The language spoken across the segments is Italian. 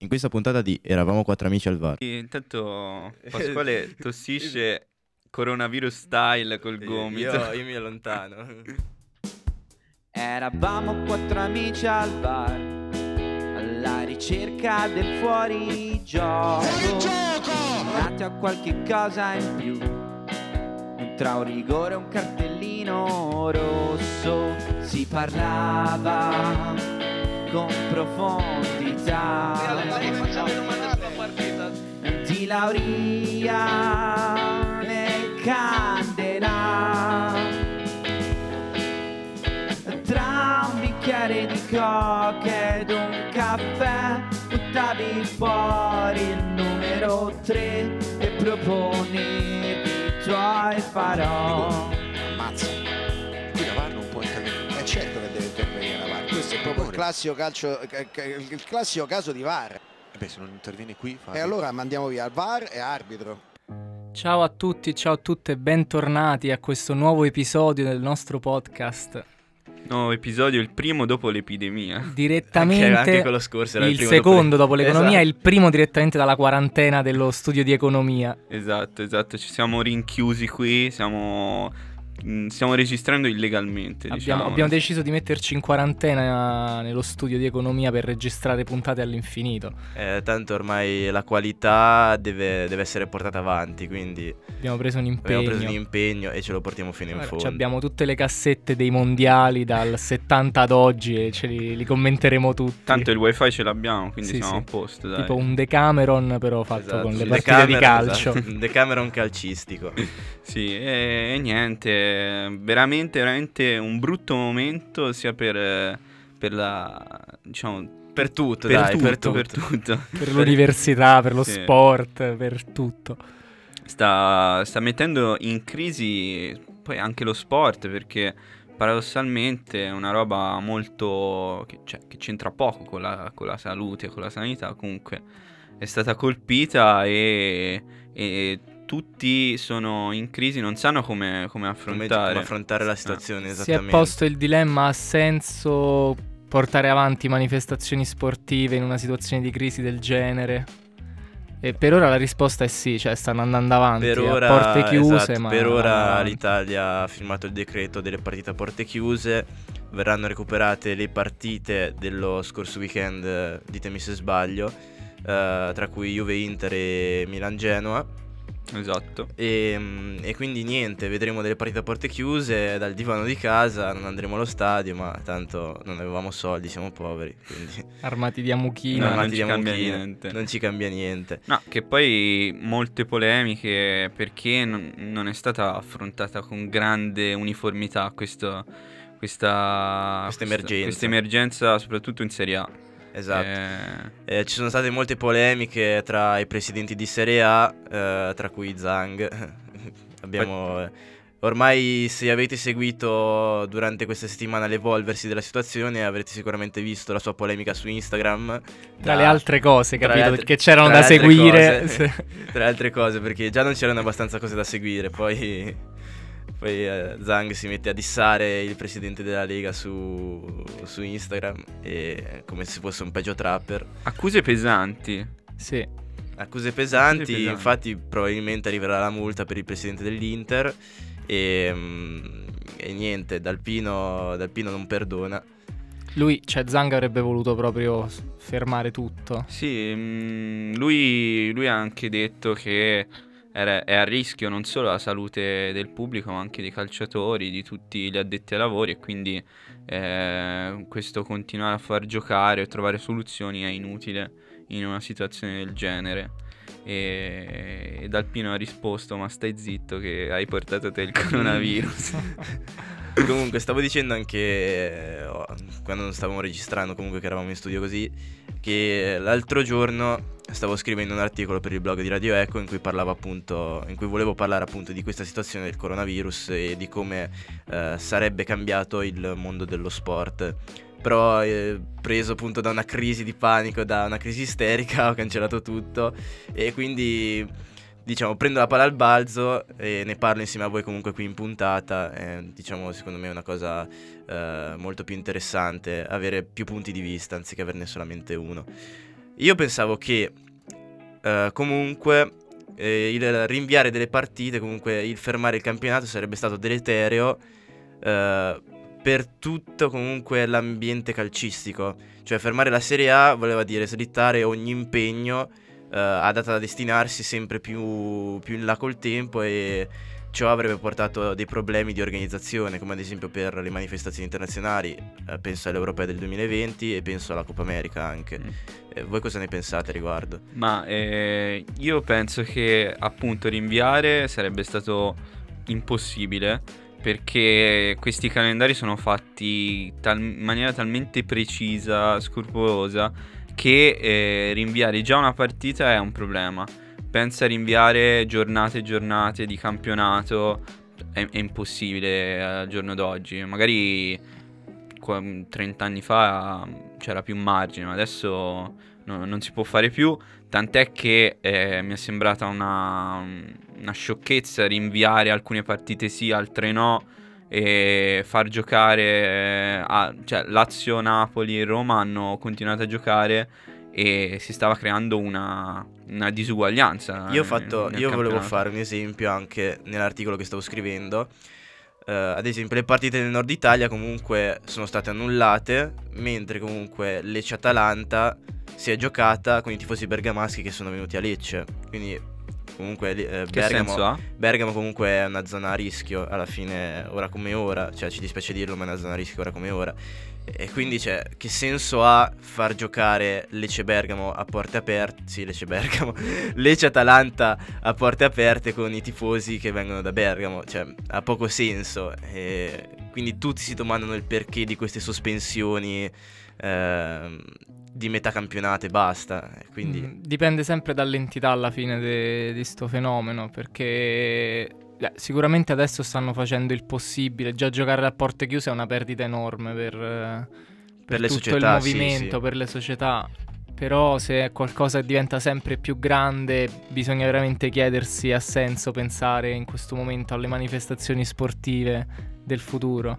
In questa puntata di Eravamo quattro amici al VAR. Intanto Pasquale tossisce coronavirus style col gomito. Io mi allontano. Eravamo quattro amici al bar, alla ricerca del fuorigioco, nati a qualche cosa in più, tra un rigore e un cartellino rosso. Si parlava con profondità di Lauriane Candela, tra un bicchiere di coca ed un caffè buttavi fuori il numero 3 e proponevi i tuoi farò. Ammazza, qui la VAR non può intervenire. È certo che deve intervenire la VAR. Questo è proprio il classico il classico caso di VAR. Se non interviene qui E allora mandiamo via il VAR e arbitro. Ciao a tutti, ciao a tutte, bentornati a questo nuovo episodio del nostro podcast. Nuovo episodio, il primo dopo l'epidemia. Direttamente Anche quello scorso era il primo secondo dopo l'economia, Esatto. il primo direttamente dalla quarantena dello studio di economia. Esatto, ci siamo rinchiusi qui, stiamo registrando illegalmente, diciamo. Abbiamo deciso di metterci in quarantena nello studio di economia per registrare puntate all'infinito. Tanto ormai la qualità deve essere portata avanti, quindi Abbiamo preso un abbiamo preso un impegno. impegno e ce lo portiamo fino in Guarda, fondo. abbiamo tutte le cassette dei mondiali dal 70 ad oggi e li commenteremo tutti. Tanto il wifi ce l'abbiamo, quindi Sì, siamo sì. a posto, dai. Tipo un Decameron però fatto Esatto, con le un partite di Decameron, calcio. esatto, un Decameron calcistico. Sì, e niente, veramente un brutto momento sia per la, diciamo, Per tutto, per dai, tutto, per per tutto. tutto. Per l'università, per lo Sì. sport, per tutto. Sta mettendo in crisi poi anche lo sport, perché paradossalmente è una roba molto che c'entra poco con la salute, con la sanità. Comunque è stata colpita e tutti sono in crisi, non sanno come affrontare. Come affrontare la situazione, Si è esattamente. posto il dilemma: ha senso portare avanti manifestazioni sportive in una situazione di crisi del genere? E per ora la risposta è sì, cioè stanno andando avanti Per a ora, porte chiuse, esatto, ma per vanno ora avanti. l'Italia ha firmato il decreto delle partite a porte chiuse. Verranno recuperate le partite dello scorso weekend, ditemi se sbaglio, tra cui Juve-Inter e Milan-Genoa. Esatto. E quindi niente, vedremo delle partite a porte chiuse dal divano di casa, non andremo allo stadio, ma tanto non avevamo soldi, siamo poveri, quindi Armati di amuchino. No, non armati ci di cambia amuchino, niente. non ci cambia niente. No, che poi molte polemiche perché non è stata affrontata con grande uniformità questa emergenza. questa emergenza, soprattutto in Serie A. Esatto. Ci sono state molte polemiche tra i presidenti di Serie A, tra cui Zhang. Abbiamo ormai, se avete seguito durante questa settimana l'evolversi della situazione, avrete sicuramente visto la sua polemica su Instagram. Tra le altre cose, tra le capito? altre- Perché c'erano tra da le altre seguire. cose. Tra le altre cose, perché già non c'erano abbastanza cose da seguire. Poi Zhang si mette a dissare il presidente della Lega su Instagram, come se fosse un peggio trapper. Accuse pesanti. Sì. Accuse pesanti, pesanti. infatti probabilmente arriverà la multa per il presidente dell'Inter e niente, Dalpino non perdona. Lui, cioè Zhang avrebbe voluto proprio fermare tutto. Sì, lui ha anche detto che è a rischio non solo la salute del pubblico, ma anche dei calciatori, di tutti gli addetti ai lavori, e quindi questo continuare a far giocare o trovare soluzioni è inutile in una situazione del genere. E Dalpino ha risposto: ma stai zitto che hai portato te il coronavirus. Comunque stavo dicendo anche quando non stavamo registrando, comunque che eravamo in studio così, che l'altro giorno stavo scrivendo un articolo per il blog di Radio Eco in cui volevo parlare appunto di questa situazione del coronavirus e di come sarebbe cambiato il mondo dello sport. Però preso appunto da una crisi di panico, da una crisi isterica, ho cancellato tutto e quindi diciamo prendo la palla al balzo e ne parlo insieme a voi comunque qui in puntata. Diciamo secondo me è una cosa molto più interessante avere più punti di vista anziché averne solamente uno. Io pensavo che comunque il rinviare delle partite, comunque il fermare il campionato sarebbe stato deleterio per tutto comunque l'ambiente calcistico. Cioè fermare la Serie A voleva dire slittare ogni impegno a data da destinarsi sempre più in là col tempo, e ciò avrebbe portato dei problemi di organizzazione, come ad esempio per le manifestazioni internazionali. Penso all'Europea del 2020 e penso alla Coppa America anche. Voi cosa ne pensate a riguardo? Ma io penso che appunto rinviare sarebbe stato impossibile, perché questi calendari sono fatti in maniera talmente precisa, scrupolosa, che rinviare già una partita è un problema. Pensa a rinviare giornate e giornate di campionato, è impossibile al giorno d'oggi. Magari 30 anni fa c'era più margine, ma adesso non si può fare più. Tant'è che mi è sembrata una sciocchezza rinviare alcune partite sì, altre no, e far giocare cioè Lazio, Napoli e Roma hanno continuato a giocare e si stava creando una disuguaglianza. Io nel volevo campionato. fare un esempio anche nell'articolo che stavo scrivendo. Ad esempio le partite del nord Italia comunque sono state annullate, mentre comunque Lecce-Atalanta si è giocata con i tifosi bergamaschi che sono venuti a Lecce. Quindi comunque Che senso ha? Bergamo comunque è una zona a rischio alla fine, ora come ora. Cioè ci dispiace dirlo, ma è una zona a rischio ora come ora. E quindi cioè, che senso ha far giocare Lecce-Bergamo a porte aperte? Sì, Lecce-Bergamo Lecce-Atalanta a porte aperte con i tifosi che vengono da Bergamo. Cioè, ha poco senso. E quindi tutti si domandano il perché di queste sospensioni di metà campionato e basta. Quindi Dipende sempre dall'entità alla fine di sto fenomeno, perché sicuramente adesso stanno facendo il possibile. Già giocare a porte chiuse è una perdita enorme per le tutto società, il sì, movimento, sì. per le società. Però se è qualcosa che diventa sempre più grande, bisogna veramente chiedersi: ha senso pensare in questo momento alle manifestazioni sportive del futuro?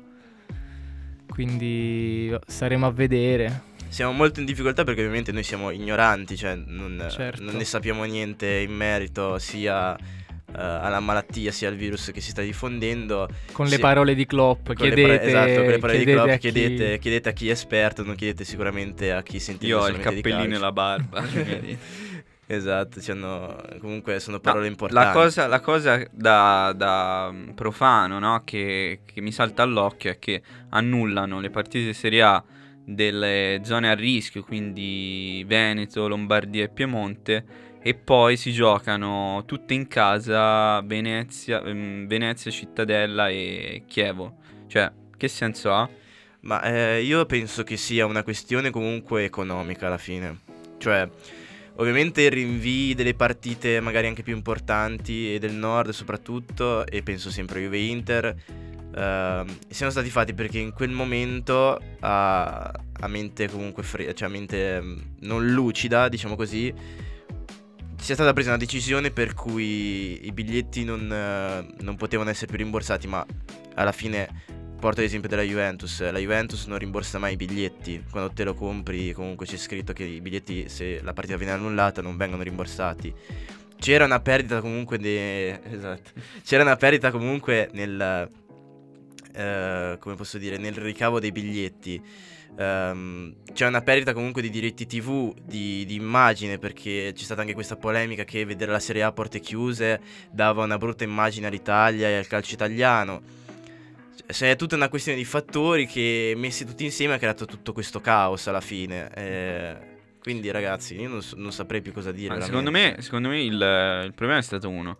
Quindi staremo a vedere. siamo molto in difficoltà perché ovviamente noi siamo ignoranti, cioè Certo. non ne sappiamo niente in merito sia alla malattia sia al virus che si sta diffondendo. Con Sì. le parole di Klopp, Con chiedete, esatto, con le parole di Klopp, a chi- chiedete a chi è esperto, non chiedete sicuramente a chi si intende Io ho il solamente di cappellino e calcio. la barba. quindi- Esatto, comunque sono No, parole importanti. la cosa da profano, no, che mi salta all'occhio è che annullano le partite di Serie A delle zone a rischio, quindi Veneto, Lombardia e Piemonte, e poi si giocano tutte in casa Venezia, Cittadella e Chievo. Cioè, che senso ha? Ma io penso che sia una questione comunque economica alla fine. Cioè, ovviamente rinvii delle partite magari anche più importanti e del nord soprattutto, e penso sempre a Juve Inter, siano stati fatti perché in quel momento a mente comunque cioè a mente non lucida, diciamo così, sia stata presa una decisione per cui i biglietti non potevano essere più rimborsati, ma alla fine porto l'esempio della Juventus. La Juventus non rimborsa mai i biglietti. Quando te lo compri comunque c'è scritto che i biglietti, se la partita viene annullata, non vengono rimborsati. C'era una perdita comunque esatto. C'era una perdita comunque nel come posso dire, nel ricavo dei biglietti. C'è una perdita comunque di diritti TV, di immagine, perché c'è stata anche questa polemica che vedere la Serie A a porte chiuse dava una brutta immagine all'Italia e al calcio italiano. È tutta una questione di fattori che messi tutti insieme ha creato tutto questo caos alla fine. Quindi ragazzi, io non saprei più cosa dire. Secondo me il problema è stato uno.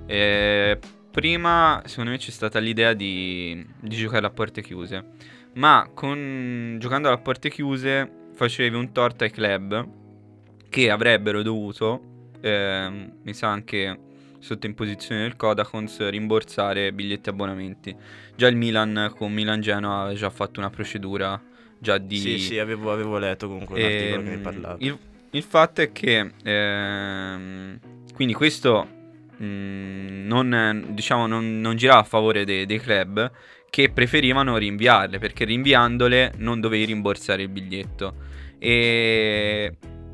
Prima secondo me c'è stata l'idea di giocare a porte chiuse, ma giocando a porte chiuse facevi un torto ai club che avrebbero dovuto, mi sa anche sotto imposizione del Codacons, rimborsare biglietti e abbonamenti. Già il Milan con Milan-Genoa aveva già fatto una procedura già di... Sì, avevo letto comunque un articolo che ne parlava. Il fatto è che quindi questo non girava a favore dei club, che preferivano rinviarle, perché rinviandole non dovevi rimborsare il biglietto. E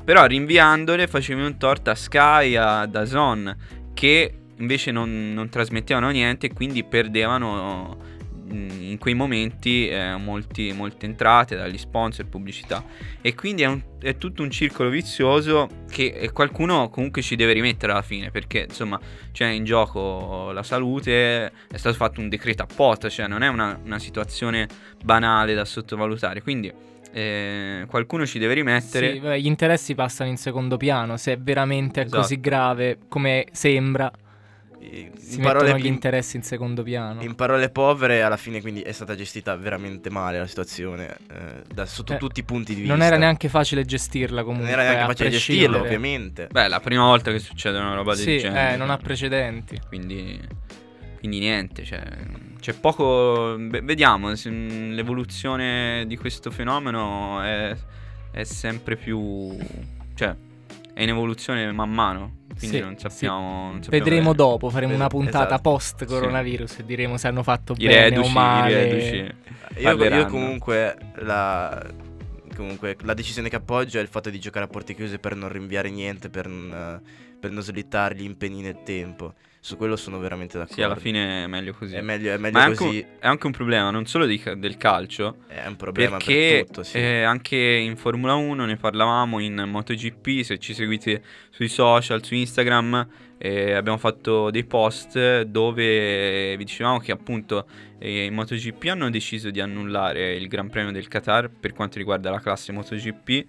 Però rinviandole facevi un torto a Sky, a DAZN, che invece non trasmettevano niente e quindi perdevano in quei momenti molte entrate dagli sponsor, pubblicità, e quindi è tutto un circolo vizioso che qualcuno comunque ci deve rimettere alla fine, perché insomma c'è in gioco la salute, è stato fatto un decreto apposta, cioè non è una situazione banale da sottovalutare, quindi qualcuno ci deve rimettere. Sì, gli interessi passano in secondo piano, se veramente è Esatto. così grave come sembra. Si mettono gli interessi in secondo piano. In parole povere, alla fine quindi è stata gestita veramente male la situazione, sotto tutti i punti di vista. Non era neanche facile gestirla comunque. Non era neanche facile prescindere. gestirla, ovviamente. Beh, la prima volta che succede una roba del genere. Non ha precedenti. Quindi niente, cioè, c'è poco. Vediamo, l'evoluzione di questo fenomeno è sempre più. Cioè, è in evoluzione man mano. Quindi non sappiamo. Vedremo dopo, faremo una puntata esatto. post coronavirus e diremo se hanno fatto I bene reduci, o male. I reduci Io comunque la decisione che appoggio è il fatto di giocare a porte chiuse per non rinviare niente, per non slittare gli impegni nel tempo. Su quello sono veramente d'accordo. Sì, alla fine è meglio così. È meglio Ma così. È anche un problema non solo del calcio. È un problema perché per tutto, sì. Anche in Formula 1 ne parlavamo, in MotoGP, se ci seguite sui social, su Instagram, abbiamo fatto dei post dove vi dicevamo che appunto in MotoGP hanno deciso di annullare il Gran Premio del Qatar per quanto riguarda la classe MotoGP,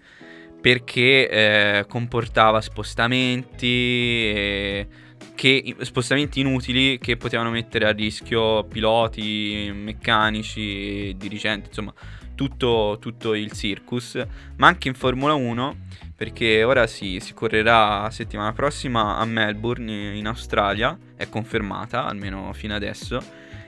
perché comportava spostamenti inutili che potevano mettere a rischio piloti, meccanici, dirigenti, insomma tutto il circus. Ma anche in Formula 1, perché ora si correrà settimana prossima a Melbourne in Australia, è confermata almeno fino adesso,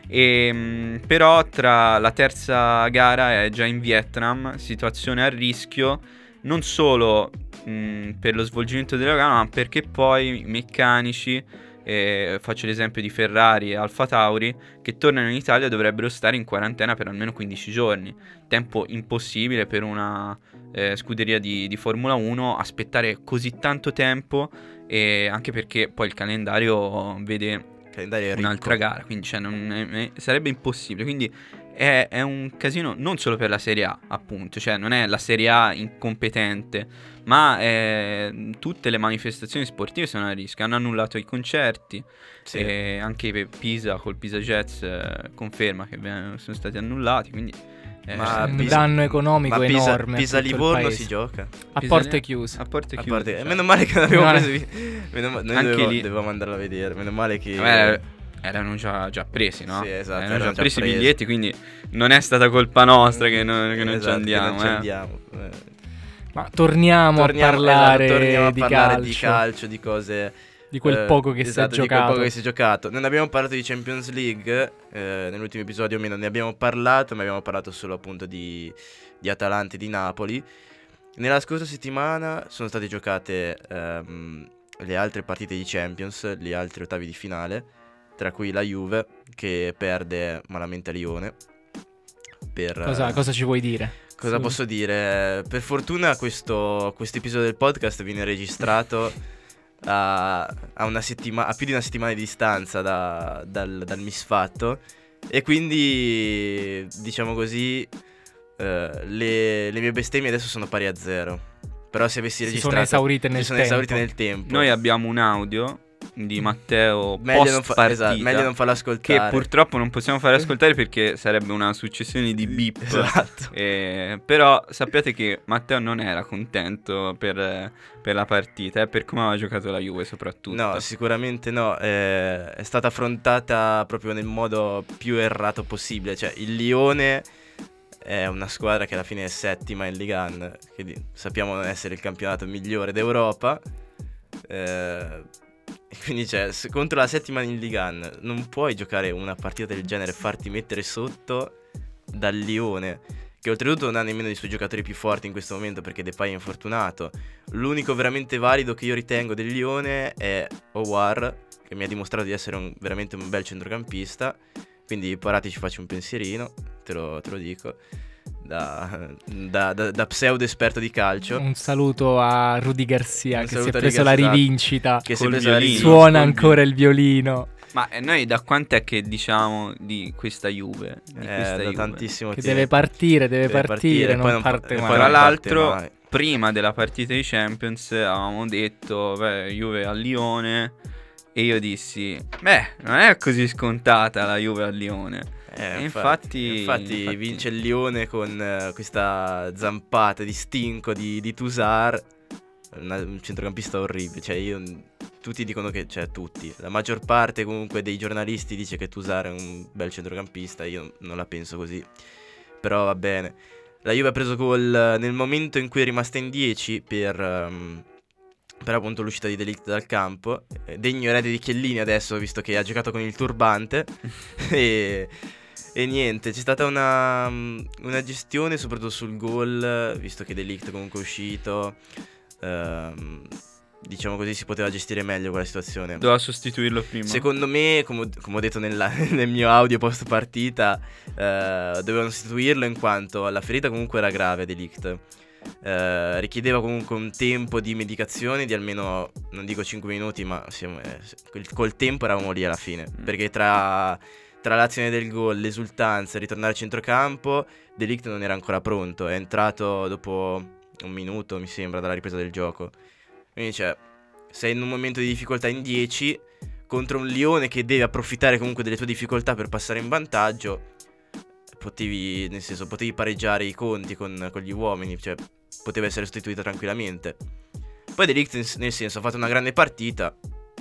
però tra la terza gara è già in Vietnam, situazione a rischio non solo per lo svolgimento della gara, ma perché poi i meccanici, faccio l'esempio di Ferrari e Alfa Tauri, che tornano in Italia dovrebbero stare in quarantena per almeno 15 giorni, tempo impossibile per una scuderia di Formula 1 aspettare così tanto tempo, e anche perché poi il calendario vede un'altra gara, quindi sarebbe impossibile, quindi è un casino non solo per la Serie A, appunto, cioè non è la Serie A incompetente, ma tutte le manifestazioni sportive sono a rischio. Hanno annullato i concerti, Sì. anche Pisa col Pisa Jazz conferma che sono stati annullati, quindi Ma un danno economico enorme. Pisa-Livorno si gioca a porte chiuse. A porte chiuse, cioè. Meno male che non abbiamo Meno preso. Noi dovevamo andarla a vedere. Meno male che. Erano già presi, no? Sì, esatto, erano già presi i biglietti, quindi non è stata colpa nostra che non ci Esatto, andiamo. che non ci andiamo. Ma torniamo a parlare di calcio, di cose. Di quel poco che si è Di quel giocato. poco che si è giocato. Non abbiamo parlato di Champions League. Nell'ultimo episodio o meno ne abbiamo parlato, ma abbiamo parlato solo appunto di Atalanta e di Napoli. Nella scorsa settimana sono state giocate le altre partite di Champions, gli altri ottavi di finale, tra cui la Juve che perde malamente a Lione. Cosa ci vuoi dire? Cosa posso dire? Per fortuna questo episodio del podcast viene registrato a più di una settimana di distanza dal misfatto, e quindi diciamo così le mie bestemmie adesso sono pari a 0. Però se avessi registrato sono esaurite nel tempo. Noi abbiamo un audio di Matteo post partita, meglio non farlo ascoltare, che purtroppo non possiamo fare ascoltare perché sarebbe una successione di beep. Esatto. Però sappiate che Matteo non era contento per la partita, per come aveva giocato la Juve soprattutto. No, sicuramente no. È stata affrontata proprio nel modo più errato possibile. Cioè il Lione è una squadra che alla fine è settima in Ligue 1, che sappiamo non essere il campionato migliore d'Europa, quindi contro la settima in Ligue 1 non puoi giocare una partita del genere e farti mettere sotto dal Lione, che oltretutto non ha nemmeno i suoi giocatori più forti in questo momento perché Depay è infortunato. L'unico veramente valido che io ritengo del Lione è Aouar, che mi ha dimostrato di essere veramente un bel centrocampista, quindi Parati ci faccio un pensierino, te lo dico. da pseudo esperto di calcio. Un saluto a Rudy Garcia Un che si è saluto a preso Rudy la Garcia, rivincita. Che si è Col preso la violino. rivincita. Suona col ancora il violino. Ma noi da quant'è che diciamo di questa Juve? Di questa Da Juve? tantissimo Che tempo. deve partire, poi non parte e mai. poi Tra non parte l'altro, mai. prima della partita di Champions avevamo detto, Juve al Lione, e io dissi, non è così scontata la Juve al Lione. E infatti vince il Lione con questa zampata di stinco di Toussaint, un centrocampista orribile. Cioè tutti dicono che, cioè tutti, la maggior parte comunque dei giornalisti dice che Toussaint è un bel centrocampista. Io non la penso così, però va bene. La Juve ha preso gol nel momento in cui è rimasta in 10 per appunto l'uscita di De Ligt dal campo, degno erede di Chiellini adesso, visto che ha giocato con il turbante. E niente, c'è stata una gestione soprattutto sul gol, visto che De Ligt comunque è uscito. Diciamo così, si poteva gestire meglio quella situazione. Doveva sostituirlo prima. Secondo me, come ho detto nel mio audio post partita, dovevano sostituirlo in quanto la ferita comunque era grave De Ligt. Richiedeva comunque un tempo di medicazione di almeno, non dico 5 minuti, ma col tempo eravamo lì alla fine. Perché tra l'azione del gol, l'esultanza e ritornare a centrocampo, De Ligt non era ancora pronto. È entrato dopo un minuto, mi sembra, dalla ripresa del gioco. Quindi sei in un momento di difficoltà in 10 contro un Lione che deve approfittare comunque delle tue difficoltà per passare in vantaggio. Potevi pareggiare i conti con gli uomini, cioè poteva essere sostituito tranquillamente. Poi De Ligt, nel senso, ha fatto una grande partita.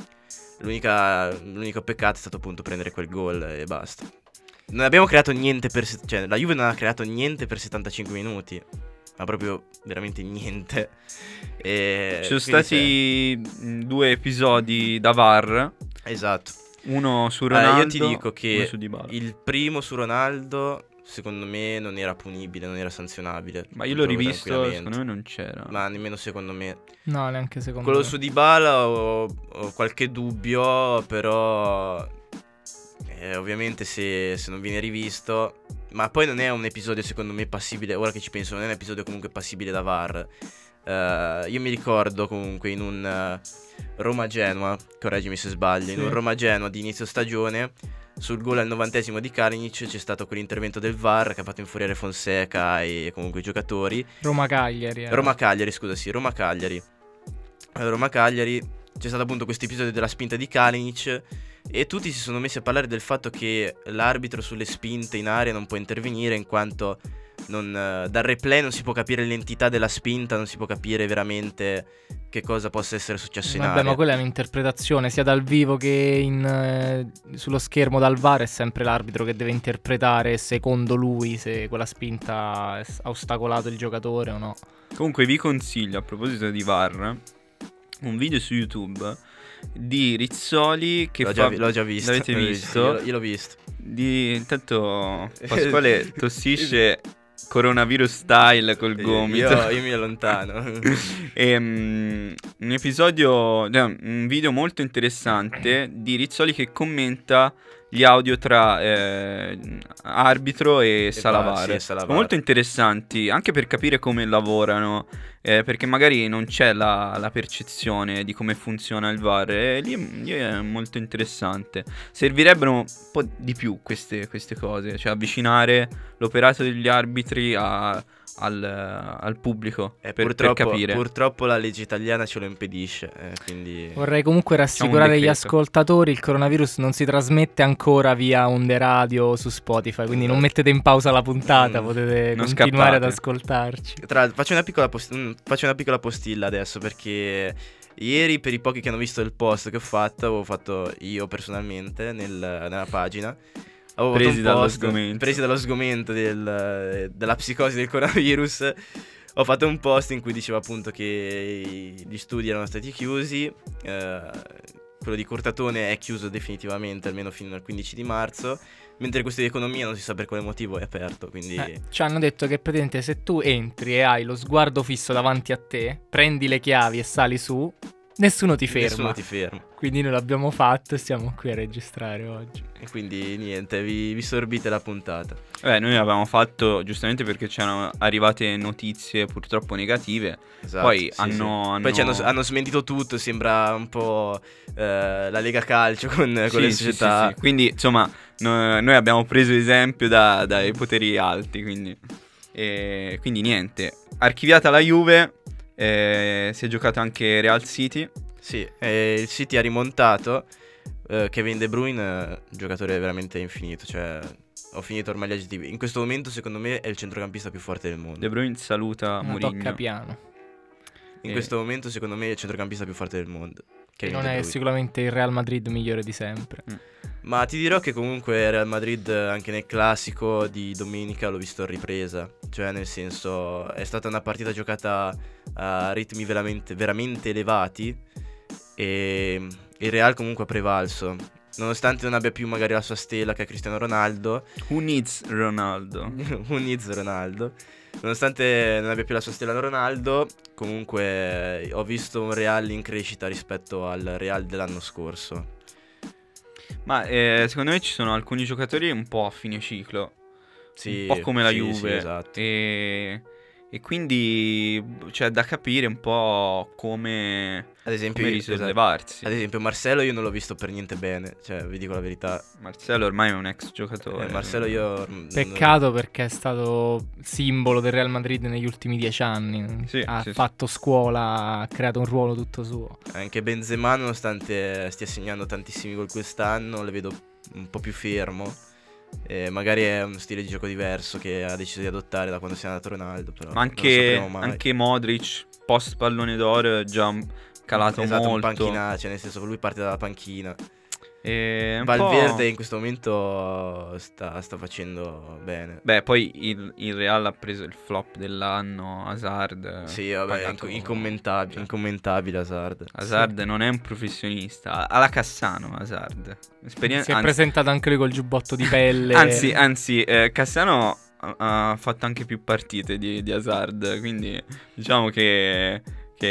L'unico peccato è stato appunto prendere quel gol e basta. Non abbiamo creato niente cioè la Juve non ha creato niente per 75 minuti. Ma proprio veramente niente. Ci sono stati 2 episodi da VAR. Esatto. Uno su Ronaldo, io ti dico che uno su Dybala. il primo su Ronaldo secondo me non era punibile, non era sanzionabile. Ma io l'ho rivisto, secondo me non c'era. Ma nemmeno secondo me. No, neanche secondo Quello me. su Dybala ho qualche dubbio, però ovviamente se non viene rivisto. Ma poi non è un episodio secondo me passibile. Ora che ci penso, non è un episodio comunque passibile da VAR. Io mi ricordo comunque in un Roma-Genoa, correggimi se sbaglio, Sì. in un Roma-Genoa di inizio stagione, sul gol al 90° di Kalinic c'è stato quell'intervento del VAR che ha fatto infuriare Fonseca e comunque i giocatori. Roma-Cagliari. Roma-Cagliari, scusa, sì, Roma-Cagliari. Roma-Cagliari, c'è stato appunto questo episodio della spinta di Kalinic e tutti si sono messi a parlare del fatto che l'arbitro sulle spinte in area non può intervenire in quanto dal replay non si può capire l'entità della spinta, non si può capire veramente che cosa possa essere successo in Vabbè, area. ma quella è un'interpretazione sia dal vivo che sullo schermo dal VAR, è sempre l'arbitro che deve interpretare secondo lui se quella spinta ha ostacolato il giocatore o no. Comunque vi consiglio, a proposito di VAR, un video su YouTube di Rizzoli che L'ho già visto. L'avete visto? Io l'ho visto. Intanto Pasquale tossisce coronavirus style col gomito. Io mi allontano. Un video molto interessante di Rizzoli che commenta gli audio tra arbitro e Sala VAR. Sì, Sala Sono VAR. molto interessanti anche per capire come lavorano, perché magari non c'è la percezione di come funziona il VAR, e lì è molto interessante. Servirebbero un po' di più queste cose, cioè avvicinare l'operato degli arbitri al pubblico per capire. Purtroppo la legge italiana ce lo impedisce, quindi Vorrei comunque rassicurare gli decreto. ascoltatori: il coronavirus non si trasmette ancora via onde radio su Spotify, quindi non mettete in pausa la puntata, potete non continuare ad scappate. ascoltarci. Tra l'altro faccio una piccola postilla adesso, perché ieri, per i pochi che hanno visto il post che avevo fatto io personalmente nella pagina, avevo fatto Presi un dallo post, sgomento. presi dallo sgomento della psicosi del coronavirus. Ho fatto un post in cui dicevo appunto che gli studi erano stati chiusi, quello di Curtatone è chiuso definitivamente almeno fino al 15 di marzo, mentre questo di economia non si sa per quale motivo è aperto, quindi Ci hanno detto che praticamente se tu entri e hai lo sguardo fisso davanti a te, prendi le chiavi e sali su, Nessuno ti ferma. Nessuno ti ferma. Quindi noi l'abbiamo fatto e siamo qui a registrare oggi. E quindi niente, vi sorbite la puntata. Noi l'avevamo fatto giustamente perché c'erano arrivate notizie purtroppo negative. Esatto, Poi sì, hanno, sì. Poi hanno smentito tutto, sembra un po' la Lega Calcio con le società. Sì. Quindi insomma noi abbiamo preso esempio dai poteri alti, quindi niente. Archiviata la Juve, si è giocato anche Real City. Sì, il City ha rimontato. Kevin De Bruyne, giocatore veramente infinito. Cioè, ho finito ormai gli aggettivi. In questo momento, secondo me, è il centrocampista più forte del mondo. De Bruyne saluta Ma Mourinho. tocca piano. In questo momento, secondo me, è il centrocampista più forte del mondo. Kevin Non De è Bruyne. sicuramente il Real Madrid migliore di sempre. Ma ti dirò che comunque Real Madrid, anche nel classico di domenica, l'ho visto in ripresa. Cioè, nel senso, è stata una partita giocata a ritmi veramente elevati. E il Real comunque ha prevalso. Nonostante non abbia più magari la sua stella che è Cristiano Ronaldo. Who needs Ronaldo? Who needs Ronaldo? Nonostante non abbia più la sua stella Ronaldo, comunque ho visto un Real in crescita rispetto al Real dell'anno scorso. Ma secondo me ci sono alcuni giocatori un po' a fine ciclo. Sì, un po' come la sì, Juve. sì, esatto. E quindi c'è da capire un po' come Ad esempio, risollevarsi. Ad esempio Marcelo io non l'ho visto per niente bene. Cioè, vi dico la verità. Marcelo ormai è un ex giocatore. Marcelo io... Peccato perché è stato simbolo del Real Madrid negli ultimi 10 anni. Sì, ha sì, fatto scuola, ha creato un ruolo tutto suo. Anche Benzema, nonostante stia segnando tantissimi gol quest'anno, le vedo un po' più fermo. Magari è uno stile di gioco diverso che ha deciso di adottare da quando si è andato Ronaldo. Però Ma non lo sapremo mai. anche Modric, post pallone d'oro, è già calato Esatto, molto. un panchina, cioè nel senso lui parte dalla panchina. E un Valverde po'... in questo momento sta facendo bene. Beh, poi il Real ha preso il flop dell'anno, Hazard. Sì, vabbè, pagato- incommentabile Hazard. Hazard non è un professionista, ha la Cassano Hazard. Si è presentato anche lui col giubbotto di pelle. Anzi, Cassano ha fatto anche più partite di Hazard, quindi diciamo che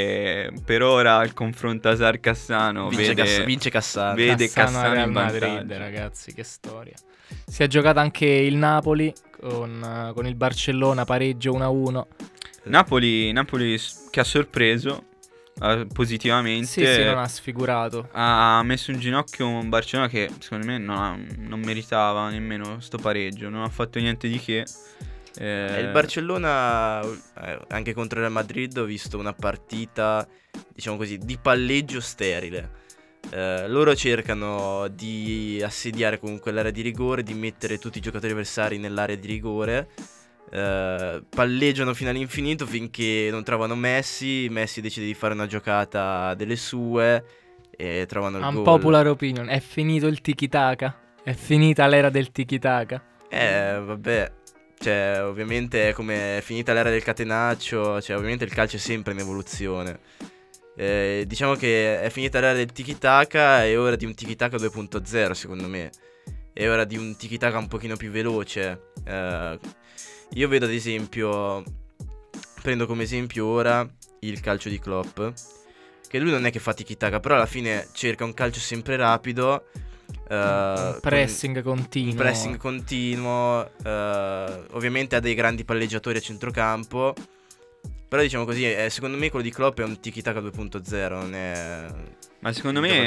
per ora il confronto Hazard-Cassano Vince Cassano. vede Cassano Cassano Real in Madrid, vantaggio. ragazzi, che storia. Si è giocato anche il Napoli con il Barcellona, pareggio 1-1. Napoli che ha sorpreso positivamente. Sì, non ha sfigurato. Ha messo in ginocchio un Barcellona che secondo me non meritava nemmeno sto pareggio, non ha fatto niente di che. Il Barcellona, anche contro il Real Madrid, ho visto una partita, diciamo così, di palleggio sterile. Loro cercano di assediare comunque l'area di rigore, di mettere tutti i giocatori avversari nell'area di rigore. Palleggiano fino all'infinito finché non trovano Messi decide di fare una giocata delle sue e trovano il gol. Unpopular opinion, è finito il tiki-taka? È finita l'era del tiki-taka? Vabbè, cioè ovviamente è come è finita l'era del catenaccio, cioè ovviamente il calcio è sempre in evoluzione. Diciamo che è finita l'era del tiki-taka, è ora di un tiki-taka 2.0 secondo me. È ora di un tiki-taka un pochino più veloce. Io vedo ad esempio, prendo come esempio ora il calcio di Klopp, che lui non è che fa tiki-taka, però alla fine cerca un calcio sempre rapido, un pressing continuo, ovviamente ha dei grandi palleggiatori a centrocampo, però diciamo così, secondo me quello di Klopp è un tiki-taka 2.0, non è... Ma secondo me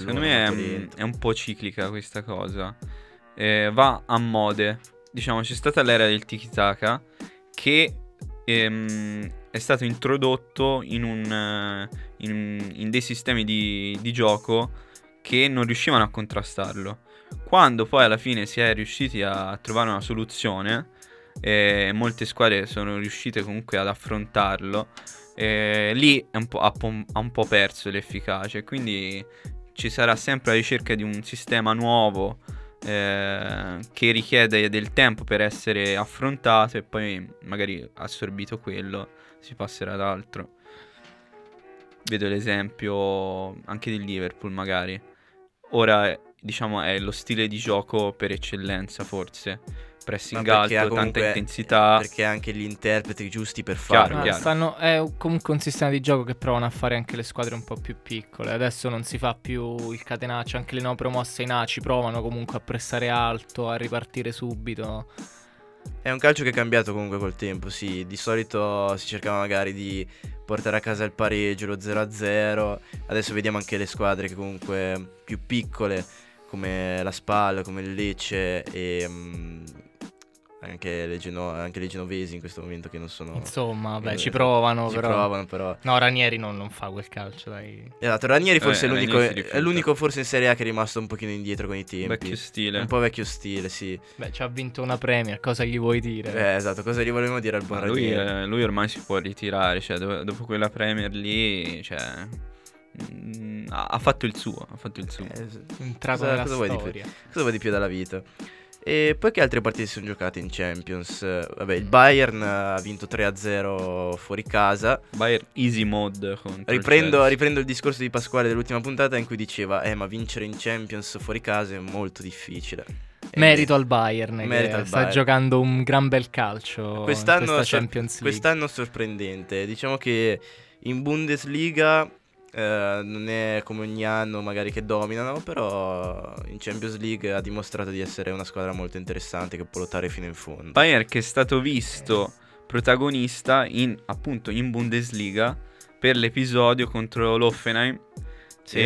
è un po' ciclica questa cosa. Va a mode. Diciamo, c'è stata l'era del tiki-taka che è stato introdotto in dei sistemi di gioco che non riuscivano a contrastarlo. Quando poi alla fine si è riusciti a trovare una soluzione, molte squadre sono riuscite comunque ad affrontarlo, lì è ha un po' perso l'efficacia, quindi ci sarà sempre la ricerca di un sistema nuovo che richiede del tempo per essere affrontato, e poi magari assorbito quello si passerà ad altro. Vedo l'esempio anche del Liverpool, magari ora diciamo è lo stile di gioco per eccellenza forse, pressing Ma perché alto, ha comunque- tanta intensità. Perché ha anche gli interpreti giusti per Chiaro, farlo. È comunque un sistema di gioco che provano a fare anche le squadre un po' più piccole. Adesso non si fa più il catenaccio, anche le no promosse in A ci provano comunque a pressare alto, a ripartire subito. È un calcio che è cambiato comunque col tempo, sì. Di solito si cercava magari di portare a casa il pareggio, lo 0-0. Adesso vediamo anche le squadre che comunque più piccole, come la Spal, come il Lecce e anche le genovesi in questo momento che non sono... Insomma, vabbè, eh, ci provano, ci però. provano, però. No, Ranieri non fa quel calcio, dai. Esatto, Ranieri forse Ranieri si è rifiuta. l'unico forse in Serie A che è rimasto un pochino indietro con i tempi. Vecchio stile. Un po' vecchio stile, sì. Beh, ci ha vinto una Premier, cosa gli vuoi dire? Esatto, cosa gli volevamo dire al buon Ma lui, Ranieri? lui ormai si può ritirare, cioè dopo quella Premier lì, cioè, ha fatto il suo, ha fatto il suo. Entrato nella cosa vuoi di storia. Cosa vuoi di più dalla vita? E poi che altre partite si sono giocate in Champions? Vabbè, il Bayern ha vinto 3-0 fuori casa. Bayern easy mode contro il Riprendo Chelsea. il discorso di Pasquale dell'ultima puntata in cui diceva ma vincere in Champions fuori casa è molto difficile. Merito al Bayern, merito che al sta Bayern. giocando un gran bel calcio in Quest'anno, questa Champions League. quest'anno sorprendente. Diciamo che in Bundesliga non è come ogni anno magari che dominano, però in Champions League ha dimostrato di essere una squadra molto interessante che può lottare fino in fondo. Bayern che è stato visto protagonista appunto in Bundesliga per l'episodio contro l'Hoffenheim. Sì.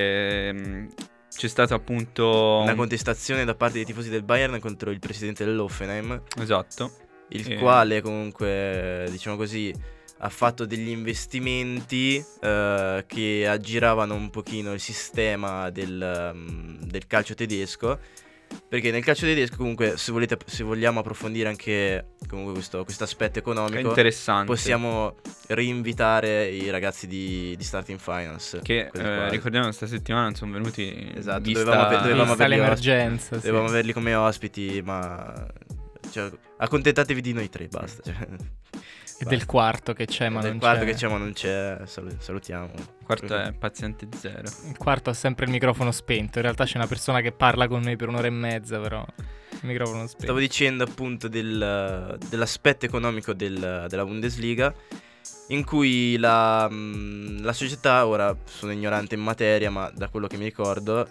E, c'è stato appunto Una contestazione da parte dei tifosi del Bayern contro il presidente dell'Hoffenheim, esatto. il quale comunque, diciamo così, ha fatto degli investimenti che aggiravano un pochino il sistema del calcio tedesco. Perché nel calcio tedesco comunque se vogliamo approfondire anche comunque questo aspetto È economico, interessante. possiamo rinvitare i ragazzi di Starting Finance. Che quelli qua. ricordiamo questa settimana non sono venuti. Esatto, vista- dovevamo Vista averli l'emergenza, sì. Dovevamo averli come ospiti, ma cioè, accontentatevi di noi tre, basta. Cioè, E del quarto che c'è, ma del non quarto c'è. che c'è ma non c'è, salutiamo. Quarto è paziente zero. Il quarto ha sempre il microfono spento. In realtà c'è una persona che parla con noi per un'ora e mezza, però il microfono spento. Stavo dicendo appunto dell'aspetto economico della Bundesliga, in cui la società, ora sono ignorante in materia, ma da quello che mi ricordo,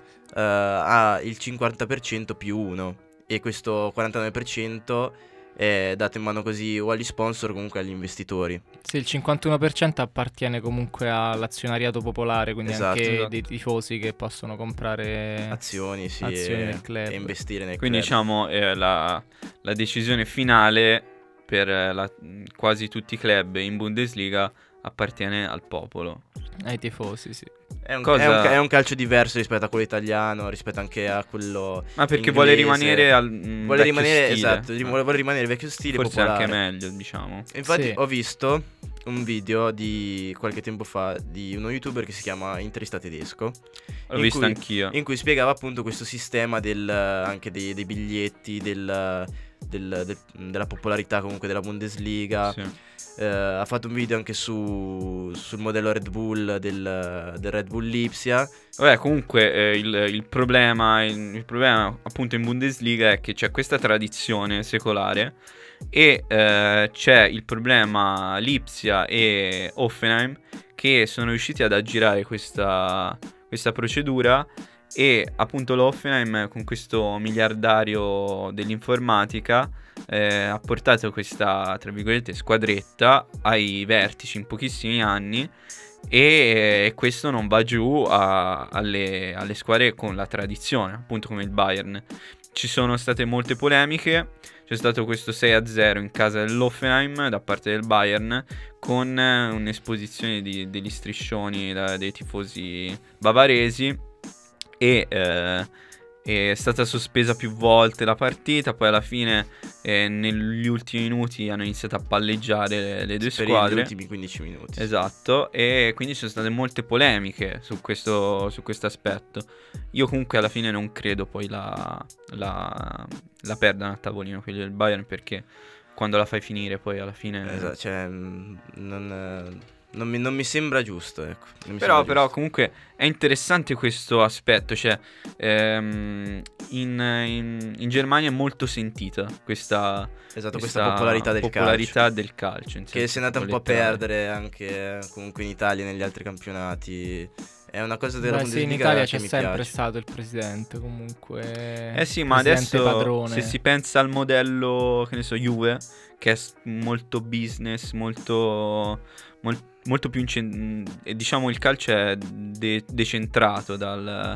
ha il 50% più 1 e questo 49% è dato in mano così o agli sponsor o comunque agli investitori. Sì, il 51% appartiene comunque all'azionariato popolare, quindi Esatto, anche esatto. dei tifosi che possono comprare Azioni, sì, azioni del club. e investire nel Quindi club. diciamo la decisione finale per quasi tutti i club in Bundesliga appartiene al popolo. ai tifosi, sì. È un, Cosa- è un calcio diverso rispetto a quello italiano, rispetto anche a quello Ma perché inglese. vuole rimanere al Vuole vecchio rimanere, stile. esatto, vuole rimanere vecchio stile, Forse popolare. anche meglio, diciamo. Infatti Sì. ho visto un video di qualche tempo fa di uno youtuber che si chiama Interista Tedesco, L'ho in visto cui- anch'io. in cui spiegava appunto questo sistema anche dei biglietti, della popolarità comunque della Bundesliga. Sì. Ha fatto un video anche sul modello Red Bull del Red Bull Lipsia. Vabbè, comunque il problema appunto in Bundesliga è che c'è questa tradizione secolare e c'è il problema Lipsia e Hoffenheim che sono riusciti ad aggirare questa procedura e appunto l'Hoffenheim con questo miliardario dell'informatica ha portato questa, tra virgolette, squadretta ai vertici in pochissimi anni e questo non va giù alle squadre con la tradizione, appunto come il Bayern. Ci sono state molte polemiche, c'è stato questo 6-0 in casa dell'Hoffenheim da parte del Bayern con un'esposizione degli striscioni dei tifosi bavaresi e è stata sospesa più volte la partita, poi alla fine negli ultimi minuti hanno iniziato a palleggiare le due Per squadre. gli ultimi 15 minuti. Esatto, e quindi ci sono state molte polemiche su questo aspetto. Io comunque alla fine non credo poi la perdano a tavolino quelli del Bayern, perché quando la fai finire poi alla fine Esatto, cioè, Non mi sembra giusto, ecco. Non mi Però sembra giusto. comunque è interessante questo aspetto, cioè in Germania è molto sentita questa Esatto, questa popolarità del popolarità del calcio, in calcio. Che senso si è andata un po' a letterale. perdere anche comunque in Italia e negli altri campionati. È una cosa della Beh, sì, in Bundesliga Italia che c'è mi sempre piace. stato il presidente, comunque. Eh sì, ma presidente adesso padrone. se si pensa al modello, che ne so, Juve, che è molto business, molto più e diciamo il calcio è decentrato dalle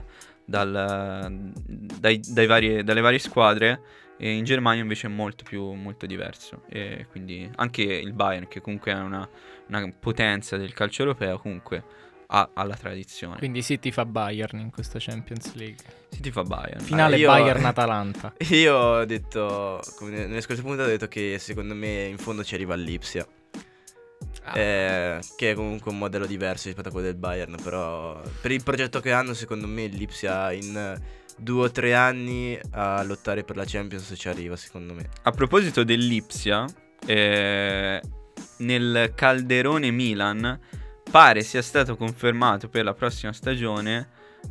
varie squadre, e in Germania invece è molto diverso, e quindi anche il Bayern, che comunque è una potenza del calcio europeo, comunque ha la tradizione. Quindi sì, ti fa Bayern in questa Champions League. Si ti fa Bayern. Finale io- Bayern-Atalanta. Io ho detto, come nelle scorse puntate, ho detto che secondo me in fondo ci arriva il Lipsia. Che è comunque un modello diverso rispetto a quello del Bayern. Però per il progetto che hanno, secondo me il Lipsia in 2 o 3 anni a lottare per la Champions ci arriva, secondo me. A proposito del Lipsia, nel calderone Milan pare sia stato confermato per la prossima stagione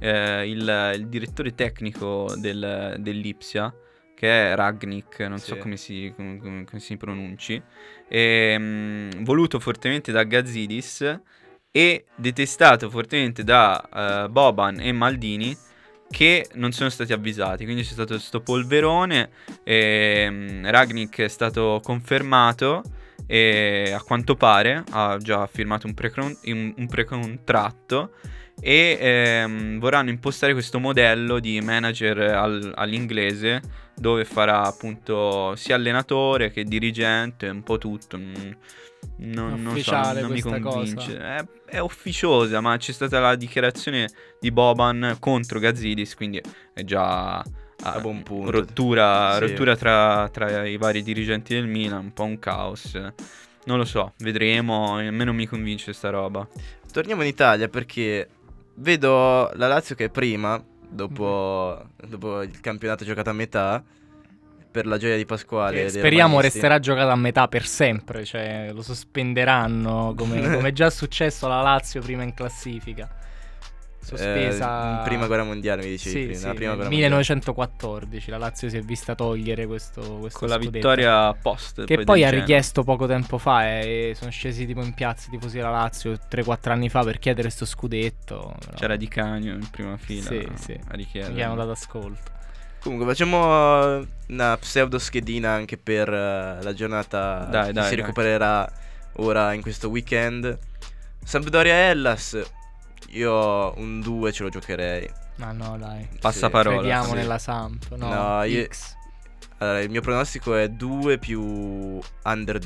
il direttore tecnico del Lipsia, che è Ragnik, non so Sì. come si pronunci, voluto fortemente da Gazidis e detestato fortemente da Boban e Maldini, che non sono stati avvisati. Quindi c'è stato questo polverone, Ragnik è stato confermato e a quanto pare ha già firmato un precontratto, e vorranno impostare questo modello di manager all'inglese, dove farà appunto sia allenatore che dirigente, un po' tutto. Non so, Ufficiale non mi questa convince. È ufficiosa, ma c'è stata la dichiarazione di Boban contro Gazidis, quindi è già A buon punto. rottura Sì. tra i vari dirigenti del Milan, un po' un caos. Non lo so, vedremo. A me non mi convince sta roba. Torniamo in Italia perché vedo la Lazio che è prima, dopo il campionato giocato a metà, per la gioia di Pasquale. Che dei speriamo romanisti. resterà giocato a metà per sempre, cioè lo sospenderanno come già successo alla Lazio prima in classifica. Sospesa In prima guerra mondiale, mi dicevi Sì, prima. sì, Nella prima nel guerra 1914 la Lazio si è vista togliere questo Con la scudetto. vittoria post. Che del poi ha Genoa. richiesto poco tempo fa e sono scesi tipo in piazza i tifosi della Lazio 3-4 anni fa per chiedere sto scudetto. però C'era Di Canio in prima fila. Sì, sì. A non richiedere. gli hanno dato ascolto. Comunque facciamo una pseudo schedina anche per la giornata Dai, che si dai. recupererà ora in questo weekend. Sampdoria-Hellas, io un 2 ce lo giocherei. Ma no, dai. Passaparola. Crediamo sì. nella Samp. No, No, io- X. Allora, il mio pronostico è 2 più under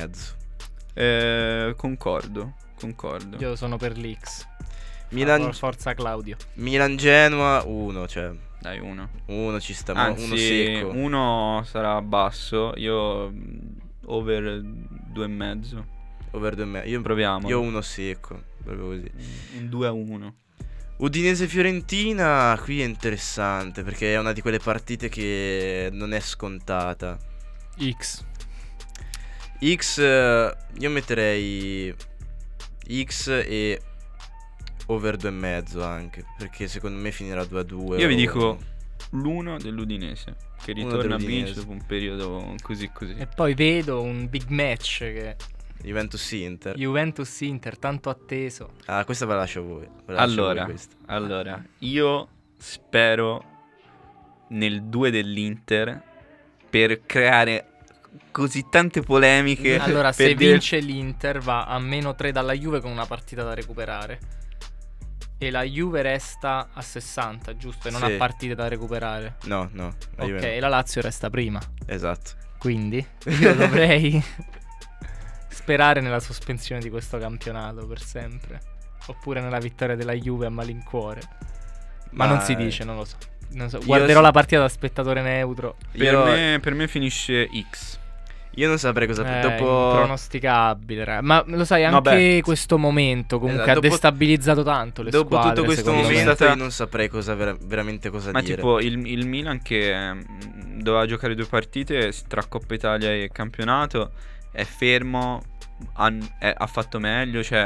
2,5. Concordo. Io sono per l'X. Forza Claudio. Milan-Genoa 1, cioè Dai, uno. 1 ci sta, uno Anzi, secco. uno sarà basso. Io over 2,5. Over 2,5. Proviamo. Io 1 secco, proprio così. Un 2-1. Udinese-Fiorentina, qui è interessante perché è una di quelle partite che non è scontata. X. X, io metterei X e over 2,5 anche, perché secondo me finirà 2-2. Io vi o- dico l'1 dell'Udinese, che Uno ritorna a dell'Udinese. vincere dopo un periodo così. E poi vedo un big match che Juventus-Inter. Juventus-Inter, tanto atteso. Ah, questa ve la lascio a voi. Ve la lascio a voi questa. Allora, io spero nel 2 dell'Inter per creare così tante polemiche. Allora, per se dire- vince l'Inter va a -3 dalla Juve con una partita da recuperare. E la Juve resta a 60, giusto? E non Sì. ha partite da recuperare. No, la Juve Ok, no. e la Lazio resta prima. Esatto. Quindi io dovrei sperare nella sospensione di questo campionato per sempre. Oppure nella vittoria della Juve a malincuore. Ma non si dice, non lo so. Non so. Guarderò sì. la partita da spettatore neutro. per me finisce X. Io non saprei cosa dopo Impronosticabile, raga. Ma lo sai, anche Vabbè. questo momento comunque Esatto, ha destabilizzato tanto le dopo squadre. tutto questo secondo me. momento me. io non saprei cosa veramente cosa Ma dire. tipo il Milan, che doveva giocare 2 partite tra Coppa Italia e campionato, è fermo ha fatto meglio, cioè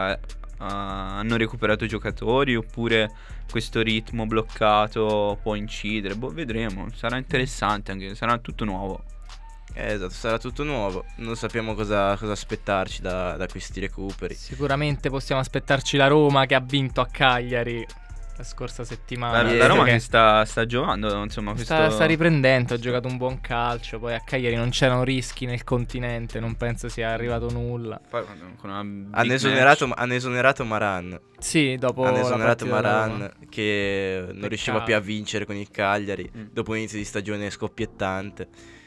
hanno recuperato giocatori, oppure questo ritmo bloccato può incidere? Boh, vedremo, sarà interessante, anche sarà tutto nuovo. Esatto, sarà tutto nuovo. Non sappiamo cosa aspettarci da questi recuperi. Sicuramente possiamo aspettarci la Roma che ha vinto a Cagliari la scorsa settimana. La Roma che sta giocando, insomma, sta riprendendo, ha giocato un buon calcio. Poi a Cagliari non c'erano rischi nel continente, non penso sia arrivato nulla. Poi, con una Hanno esonerato Maran. Sì, dopo Hanno la esonerato partita della Maran, Roma. che non Peccato. riusciva più a vincere con il Cagliari dopo un inizio di stagione scoppiettante.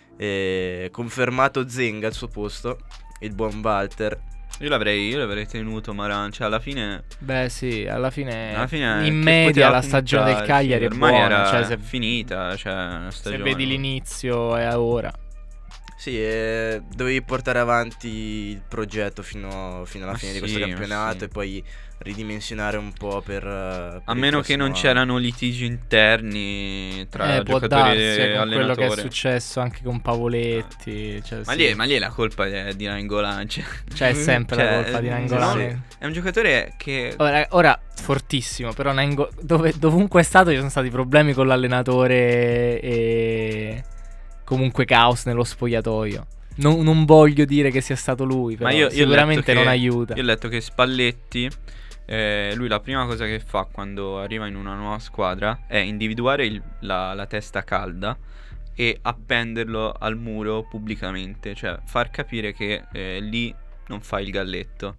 Confermato Zenga al suo posto, il buon Walter. Io l'avrei tenuto Maran, cioè alla fine Beh sì, alla fine in che media poteva la stagione del puntare, Cagliari sì, è ormai buona, era cioè se finita, cioè la se stagione. vedi l'inizio è ora. Sì, dovevi portare avanti il progetto fino alla fine di questo sì, campionato sì. e poi ridimensionare un po' per A il meno che non prossimo c'erano litigi interni tra Può giocatori darsi, e con quello che è allenatore. successo anche con Pavoletti. Cioè, Ma sì. lì è la colpa di Nainggolan. Cioè Cioè, è sempre la colpa di Nainggolan. no, è un giocatore che Ora fortissimo, però dovunque è stato ci sono stati problemi con l'allenatore e comunque caos nello spogliatoio. Non voglio dire che sia stato lui, però io ho sicuramente letto non che- aiuta. Io ho letto che Spalletti, lui la prima cosa che fa quando arriva in una nuova squadra è individuare la testa calda e appenderlo al muro pubblicamente, cioè far capire che lì non fa il galletto.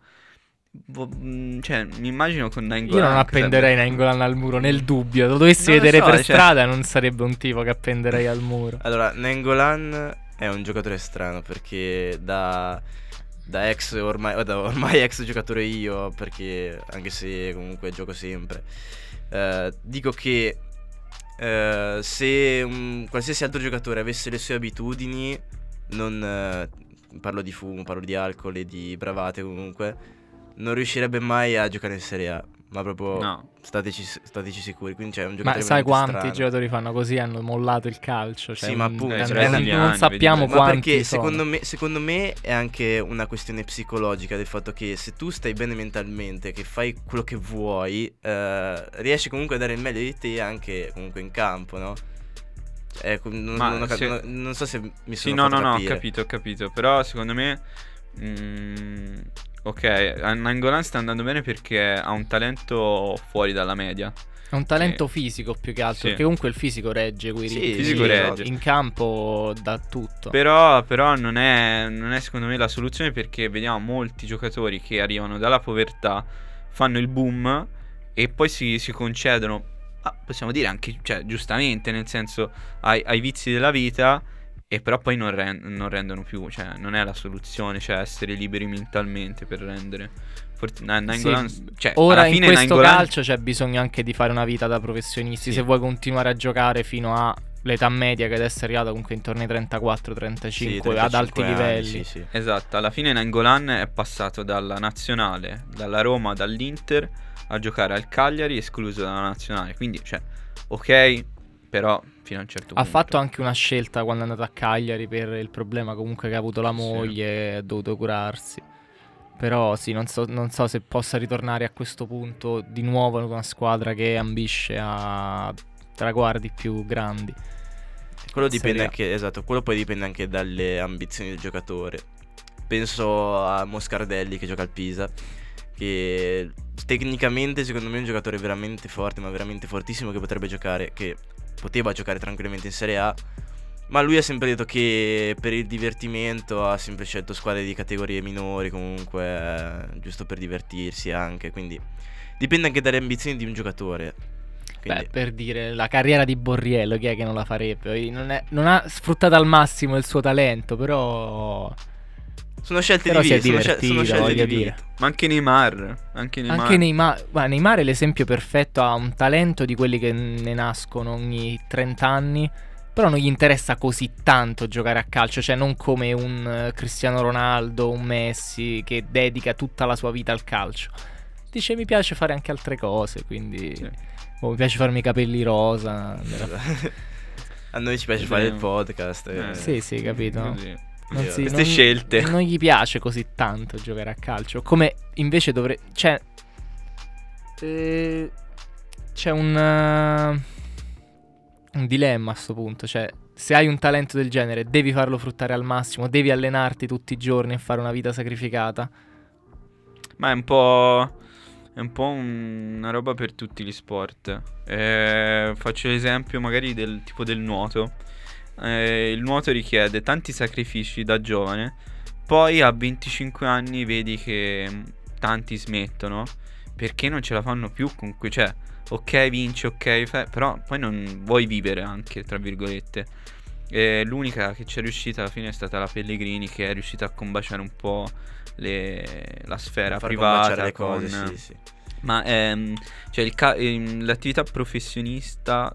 Cioè, mi immagino con Nainggolan. Io non appenderei Nainggolan al muro, nel dubbio. Lo dovessi vedere per cioè- strada, non sarebbe un tipo che appenderei al muro. Allora, Nainggolan è un giocatore strano perché da ormai ex giocatore io, perché anche se comunque gioco sempre, dico che se un qualsiasi altro giocatore avesse le sue abitudini, non parlo di fumo, parlo di alcol e di bravate comunque, non riuscirebbe mai a giocare in Serie A. Ma proprio No. stateci sicuri. Quindi c'è un Ma giocatore sai veramente quanti strano. giocatori fanno così? Hanno mollato il calcio. Cioè, Sì, ma appunto, i cioè, brasiliani, non sappiamo vedi, Ma quanti perché sono. secondo me è anche una questione psicologica del fatto che se tu stai bene mentalmente, che fai quello che vuoi, riesci comunque a dare il meglio di te anche comunque in campo, no? Non so se mi Sì, sono no, fatto ho capire. capito. Però secondo me ok, a Nainggolan sta andando bene perché ha un talento fuori dalla media. È un talento fisico più che altro. Sì. Perché comunque il fisico regge quei Sì, ritmi. il fisico regge. In campo dà tutto. Però non è secondo me la soluzione, perché vediamo molti giocatori che arrivano dalla povertà, fanno il boom e poi si concedono, possiamo dire anche, cioè, giustamente, nel senso, ai vizi della vita, e però poi non rendono più, cioè non è la soluzione, cioè essere liberi mentalmente per rendere. Nainggolan, Sì, cioè, ora alla in fine questo Nainggolan- calcio c'è bisogno anche di fare una vita da professionisti. Sì. Se vuoi continuare a giocare fino all'età media, che adesso è arrivata comunque intorno ai 34-35 Sì, ad alti 35 anni, livelli. sì, sì. Esatto, alla fine Nainggolan è passato dalla nazionale, dalla Roma, dall'Inter, a giocare al Cagliari, escluso dalla nazionale. Quindi, cioè, ok, però fino a un certo Ha punto. fatto anche una scelta quando è andato a Cagliari per il problema comunque che ha avuto la Sì. moglie, ha dovuto curarsi. Però sì, non so se possa ritornare a questo punto di nuovo in una squadra che ambisce a traguardi più grandi. Quello dipende Serie A. anche, esatto, quello poi dipende anche dalle ambizioni del giocatore. Penso a Moscardelli che gioca al Pisa, che tecnicamente secondo me è un giocatore veramente forte, ma veramente fortissimo, che poteva giocare tranquillamente in Serie A. Ma lui ha sempre detto che per il divertimento ha sempre scelto squadre di categorie minori, comunque giusto per divertirsi anche, quindi dipende anche dalle ambizioni di un giocatore. Quindi, Beh, per dire, la carriera di Borriello, chi è che non la farebbe? Non ha sfruttato al massimo il suo talento, però sono scelte però di si è vita, sono divertito, scelte voglio di dire. vita. Ma anche Neymar. anche Neymar è l'esempio perfetto, ha un talento di quelli che ne nascono ogni 30 anni, però non gli interessa così tanto giocare a calcio, cioè non come un Cristiano Ronaldo, un Messi che dedica tutta la sua vita al calcio. Dice mi piace fare anche altre cose, quindi Sì. mi piace farmi i capelli rosa. A noi ci piace fare il Vedremo. podcast. Sì, capito. Così. Queste scelte. Non gli piace così tanto giocare a calcio. Come invece dovrebbe. C'è un dilemma a sto punto. Cioè, se hai un talento del genere, devi farlo fruttare al massimo. Devi allenarti tutti i giorni e fare una vita sacrificata. Ma è un po'. È un po' una roba per tutti gli sport. Faccio l'esempio magari del tipo del nuoto. Il nuoto richiede tanti sacrifici da giovane. Poi a 25 anni vedi che tanti smettono perché non ce la fanno più comunque. Cioè, ok, vinci, ok, però poi non vuoi vivere anche, tra virgolette. L'unica che ci è riuscita alla fine è stata la Pellegrini, che è riuscita a combaciare un po' la sfera Far privata combaciare le cose, con... sì. Ma cioè l'attività professionistica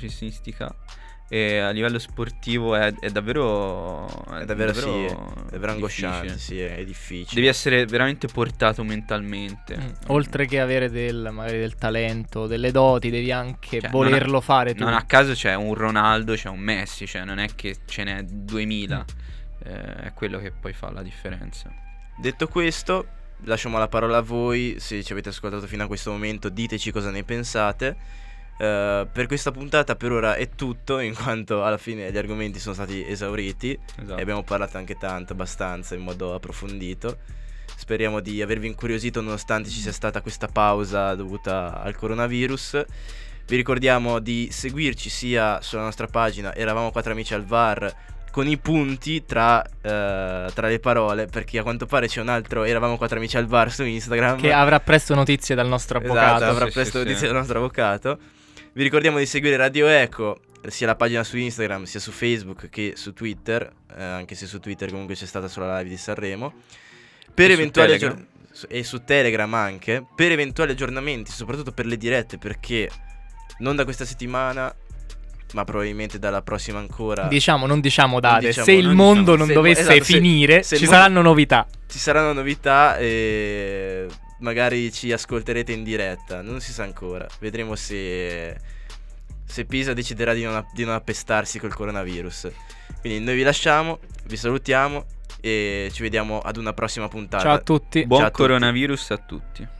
a livello sportivo è davvero È davvero sì, è davvero angosciante, difficile. sì, è difficile. Devi essere veramente portato mentalmente. Oltre che avere magari del talento, delle doti, devi anche Cioè, volerlo fare tu. Non a caso c'è un Ronaldo, c'è un Messi, cioè non è che ce n'è 2000. È quello che poi fa la differenza. Detto questo, lasciamo la parola a voi. Se ci avete ascoltato fino a questo momento, diteci cosa ne pensate. Per questa puntata per ora è tutto, in quanto alla fine gli argomenti sono stati esauriti. Esatto. E abbiamo parlato anche tanto, abbastanza, in modo approfondito. Speriamo di avervi incuriosito nonostante ci sia stata questa pausa dovuta al coronavirus. Vi ricordiamo di seguirci sia sulla nostra pagina Eravamo 4 amici al VAR, con i punti tra le parole, perché a quanto pare c'è un altro Eravamo 4 amici al VAR su Instagram che avrà presto notizie dal nostro avvocato. Esatto, avrà Sì, presto sì, notizie sì. dal nostro avvocato. Vi ricordiamo di seguire Radio Eco, sia la pagina su Instagram, sia su Facebook che su Twitter, anche se su Twitter comunque c'è stata solo la live di Sanremo. Per E eventuali su Telegram. e su Telegram anche, per eventuali aggiornamenti, soprattutto per le dirette, perché non da questa settimana, ma probabilmente dalla prossima ancora. Non diciamo date. diciamo- se il non mondo diciamo. non Se- dovesse esatto, se- finire, se il ci mondo- saranno novità. Ci saranno novità e magari ci ascolterete in diretta, non si sa ancora. Vedremo se Pisa deciderà di non appestarsi col coronavirus. Quindi noi vi lasciamo, vi salutiamo e ci vediamo ad una prossima puntata. Ciao a tutti. Buon Ciao a tutti. coronavirus a tutti.